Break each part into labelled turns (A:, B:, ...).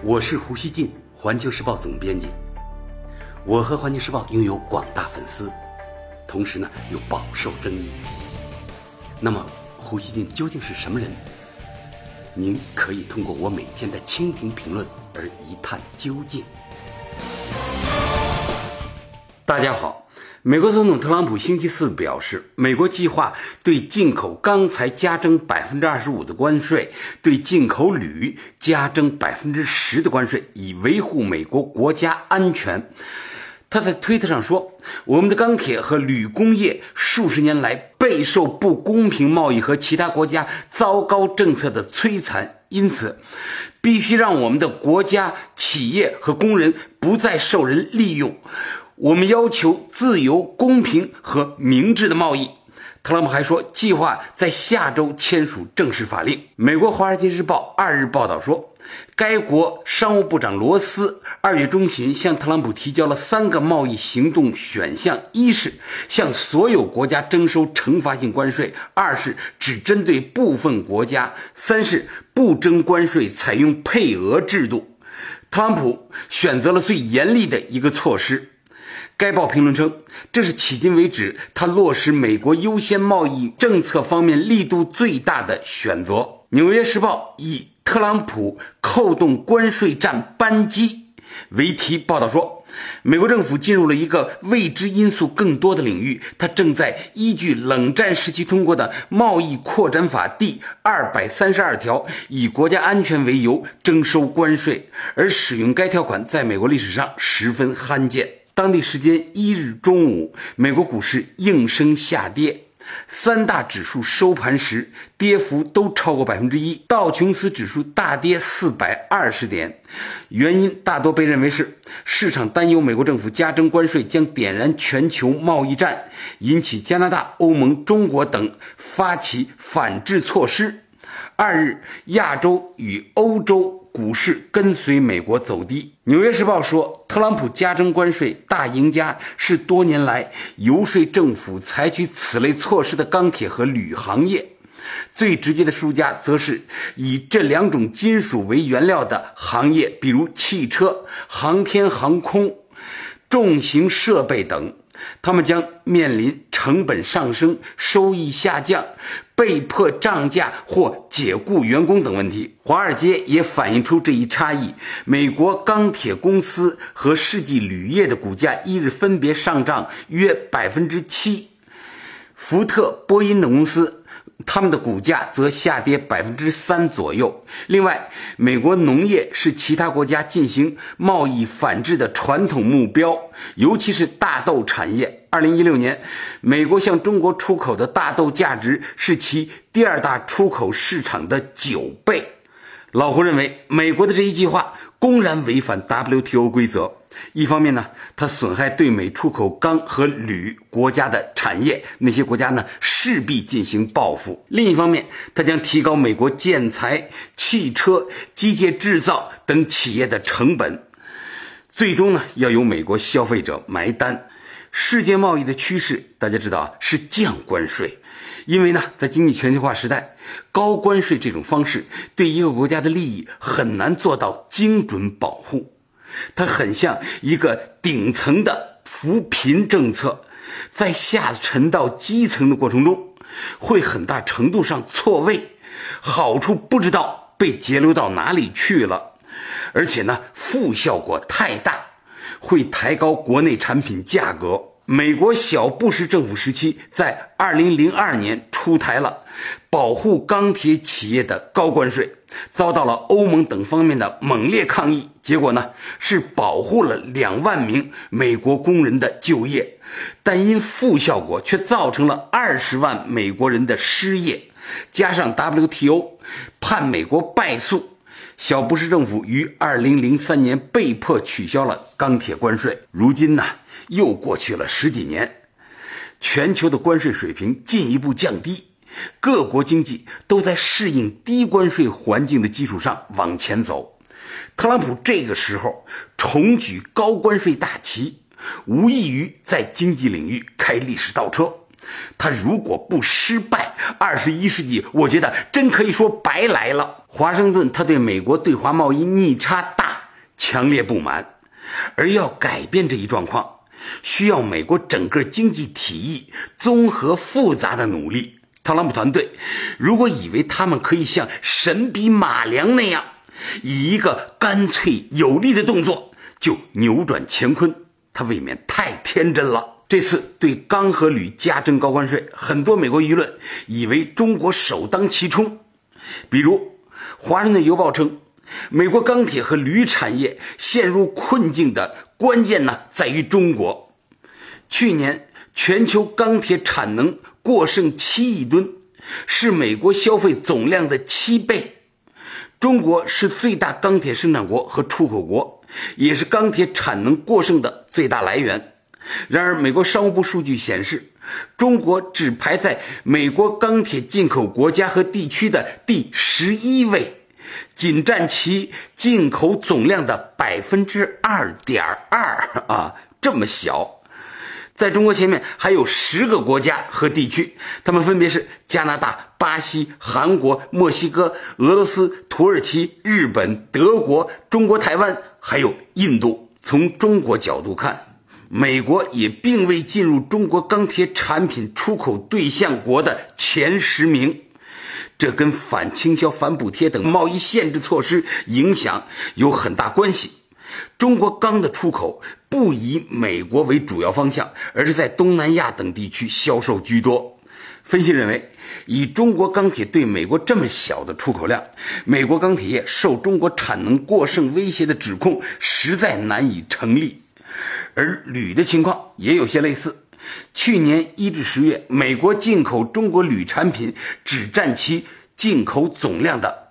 A: 我是胡锡进，环球时报总编辑。我和环球时报拥有广大粉丝，同时呢又饱受争议。那么胡锡进究竟是什么人？您可以通过我每天的蜻蜓评论而一探究竟。大家好，美国总统特朗普星期四表示，美国计划对进口钢材加征 25% 的关税，对进口铝加征 10% 的关税，以维护美国国家安全。他在推特上说，我们的钢铁和铝工业数十年来备受不公平贸易和其他国家糟糕政策的摧残，因此必须让我们的国家、企业和工人不再受人利用。我们要求自由、公平和明智的贸易。特朗普还说，计划在下周签署正式法令。美国《华尔街日报》2日报道说，该国商务部长罗斯2月中旬向特朗普提交了3个贸易行动选项：一是向所有国家征收惩罚性关税；二是只针对部分国家；三是不征关税，采用配额制度。特朗普选择了最严厉的一个措施。该报评论称，这是迄今为止他落实美国优先贸易政策方面力度最大的选择。纽约时报以特朗普扣动关税战扳机为题报道说，美国政府进入了一个未知因素更多的领域，它正在依据冷战时期通过的贸易扩展法第232条，以国家安全为由征收关税，而使用该条款在美国历史上十分罕见。当地时间1日中午，美国股市应声下跌，3大指数收盘时跌幅都超过 1%， 道琼斯指数大跌420点。原因大多被认为是市场担忧美国政府加征关税将点燃全球贸易战，引起加拿大、欧盟、中国等发起反制措施。2日，亚洲与欧洲股市跟随美国走低。纽约时报说，特朗普加征关税大赢家是多年来游说政府采取此类措施的钢铁和铝行业，最直接的输家则是以这2种金属为原料的行业，比如汽车、航天航空、重型设备等。他们将面临成本上升、收益下降、被迫涨价或解雇员工等问题。华尔街也反映出这一差异。美国钢铁公司和世纪铝业的股价1日分别上涨约 7%， 福特、波音等公司他们的股价则下跌 3% 左右。另外，美国农业是其他国家进行贸易反制的传统目标，尤其是大豆产业。2016年，美国向中国出口的大豆价值是其第2大出口市场的9倍。老胡认为，美国的这一计划公然违反 WTO 规则。一方面呢，它损害对美出口钢和铝国家的产业，那些国家呢势必进行报复。另一方面，它将提高美国建材、汽车、机械制造等企业的成本，最终呢要由美国消费者埋单。世界贸易的趋势大家知道是降关税，因为呢在经济全球化时代，高关税这种方式对一个国家的利益很难做到精准保护，它很像一个顶层的扶贫政策，在下沉到基层的过程中会很大程度上错位，好处不知道被截留到哪里去了，而且呢负效果太大，会抬高国内产品价格。美国小布什政府时期在2002年出台了保护钢铁企业的高关税，遭到了欧盟等方面的猛烈抗议，结果呢是保护了2万名美国工人的就业，但因负效果却造成了20万美国人的失业，加上 WTO 判美国败诉，小布什政府于2003年被迫取消了钢铁关税。如今呢又过去了10几年，全球的关税水平进一步降低，各国经济都在适应低关税环境的基础上往前走。特朗普这个时候重举高关税大旗，无异于在经济领域开历史倒车。他如果不失败，21世纪我觉得真可以说白来了。华盛顿他对美国对华贸易逆差大， 强烈不满。而要改变这一状况，需要美国整个经济体系综合复杂的努力。特朗普团队如果以为他们可以像神笔马良那样，以一个干脆有力的动作就扭转乾坤，他未免太天真了。这次对钢和铝加征高关税，很多美国舆论以为中国首当其冲。比如《华盛顿邮报》称，美国钢铁和铝产业陷入困境的关键在于中国。去年全球钢铁产能过剩7亿吨，是美国消费总量的7倍。中国是最大钢铁生产国和出口国，也是钢铁产能过剩的最大来源。然而，美国商务部数据显示，中国只排在美国钢铁进口国家和地区的第11位，仅占其进口总量的 2.2% 啊，这么小。在中国前面还有10个国家和地区，他们分别是加拿大、巴西、韩国、墨西哥、俄罗斯、土耳其、日本、德国、中国台湾，还有印度。从中国角度看，美国也并未进入中国钢铁产品出口对象国的前10名，这跟反倾销、反补贴等贸易限制措施影响有很大关系。中国钢的出口不以美国为主要方向，而是在东南亚等地区销售居多。分析认为，以中国钢铁对美国这么小的出口量，美国钢铁业受中国产能过剩威胁的指控实在难以成立。而铝的情况也有些类似，去年1至10月，美国进口中国铝产品只占其进口总量的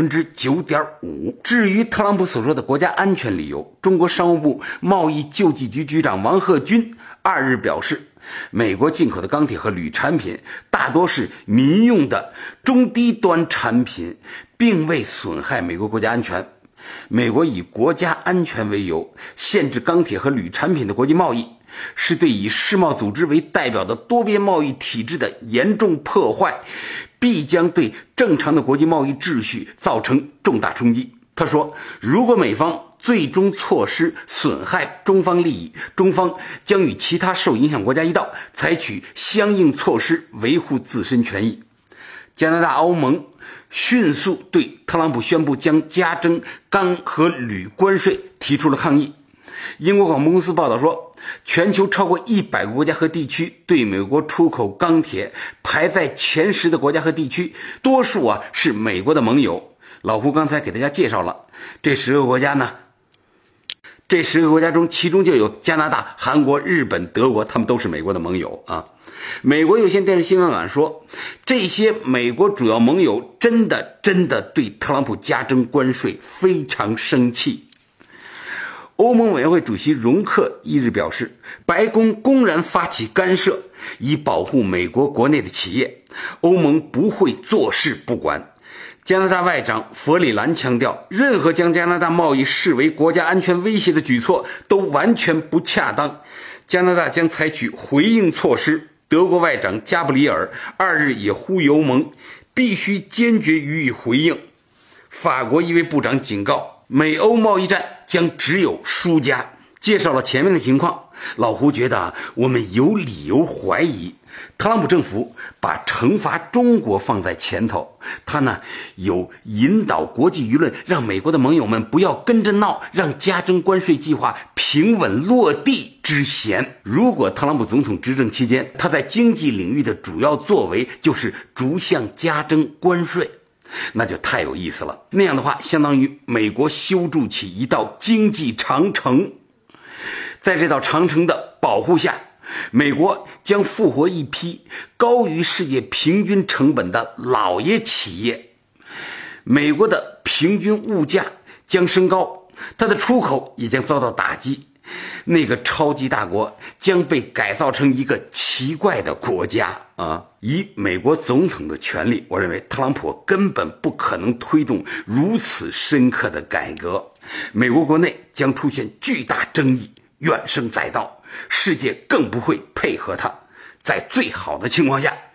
A: 9.5%。至于特朗普所说的国家安全理由，中国商务部贸易救济局局长王鹤军2日表示，美国进口的钢铁和铝产品大多是民用的中低端产品，并未损害美国国家安全。美国以国家安全为由限制钢铁和铝产品的国际贸易，是对以世贸组织为代表的多边贸易体制的严重破坏，必将对正常的国际贸易秩序造成重大冲击。他说，如果美方最终措施损害中方利益，中方将与其他受影响国家一道，采取相应措施维护自身权益。加拿大、欧盟迅速对特朗普宣布将加征钢和铝关税提出了抗议。英国广播公司报道说，全球超过100个国家和地区对美国出口钢铁，排在前10的国家和地区，多数是美国的盟友。老胡刚才给大家介绍了这10个国家呢，这10个国家中，其中就有加拿大、韩国、日本、德国，他们都是美国的盟友啊。美国有线电视新闻网说，这些美国主要盟友真的对特朗普加征关税非常生气。欧盟委员会主席容克1日表示，白宫公然发起干涉，以保护美国国内的企业，欧盟不会坐视不管。加拿大外长弗里兰强调，任何将加拿大贸易视为国家安全威胁的举措都完全不恰当，加拿大将采取回应措施。德国外长加布里尔2日也呼吁欧盟必须坚决予以回应。法国一位部长警告，美欧贸易战将只有输家。介绍了前面的情况，老胡觉得我们有理由怀疑特朗普政府把惩罚中国放在前头，他有引导国际舆论，让美国的盟友们不要跟着闹，让加征关税计划平稳落地之嫌。如果特朗普总统执政期间，他在经济领域的主要作为就是逐项加征关税，那就太有意思了。那样的话，相当于美国修筑起一道经济长城，在这道长城的保护下，美国将复活一批高于世界平均成本的老爷企业，美国的平均物价将升高，它的出口也将遭到打击，那个超级大国将被改造成一个奇怪的国家啊！以美国总统的权力，我认为特朗普根本不可能推动如此深刻的改革，美国国内将出现巨大争议，怨声载道，世界更不会配合他。在最好的情况下，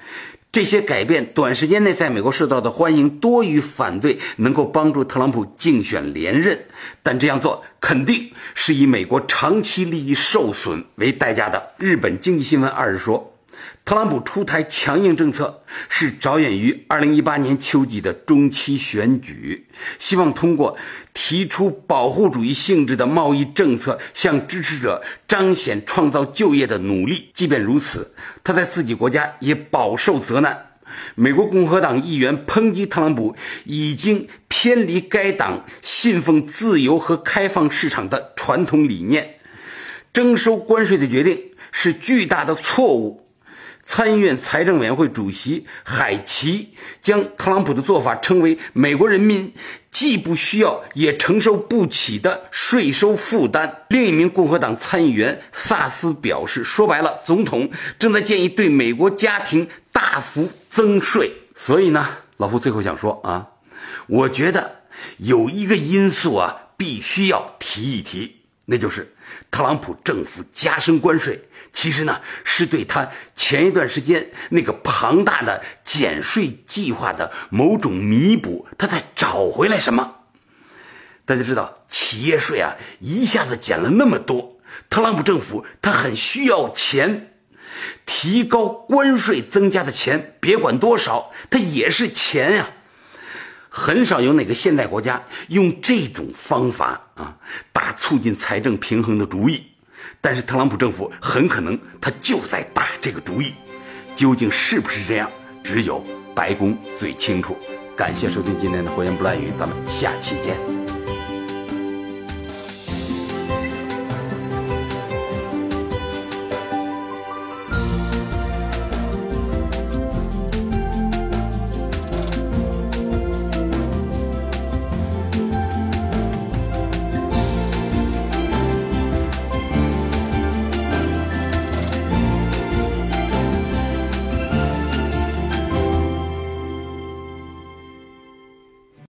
A: 这些改变短时间内在美国受到的欢迎多于反对，能够帮助特朗普竞选连任，但这样做肯定是以美国长期利益受损为代价的。日本经济新闻2日说，特朗普出台强硬政策是着眼于2018年秋季的中期选举，希望通过提出保护主义性质的贸易政策向支持者彰显创造就业的努力。即便如此，他在自己国家也饱受责难。美国共和党议员抨击特朗普已经偏离该党信奉自由和开放市场的传统理念，征收关税的决定是巨大的错误。参议院财政委员会主席海奇将特朗普的做法称为美国人民既不需要也承受不起的税收负担。另一名共和党参议员萨斯表示，说白了，总统正在建议对美国家庭大幅增税。所以呢，老胡最后想说啊，我觉得有一个因素啊必须要提一提，那就是特朗普政府加征关税，其实呢是对他前一段时间那个庞大的减税计划的某种弥补，他在找回来什么。大家知道企业税啊一下子减了那么多，特朗普政府他很需要钱，提高关税增加的钱别管多少，它也是钱呀。很少有哪个现代国家用这种方法啊打促进财政平衡的主意，但是特朗普政府很可能他就在打这个主意，究竟是不是这样，只有白宫最清楚。感谢收听今天的胡言不乱语，咱们下期见。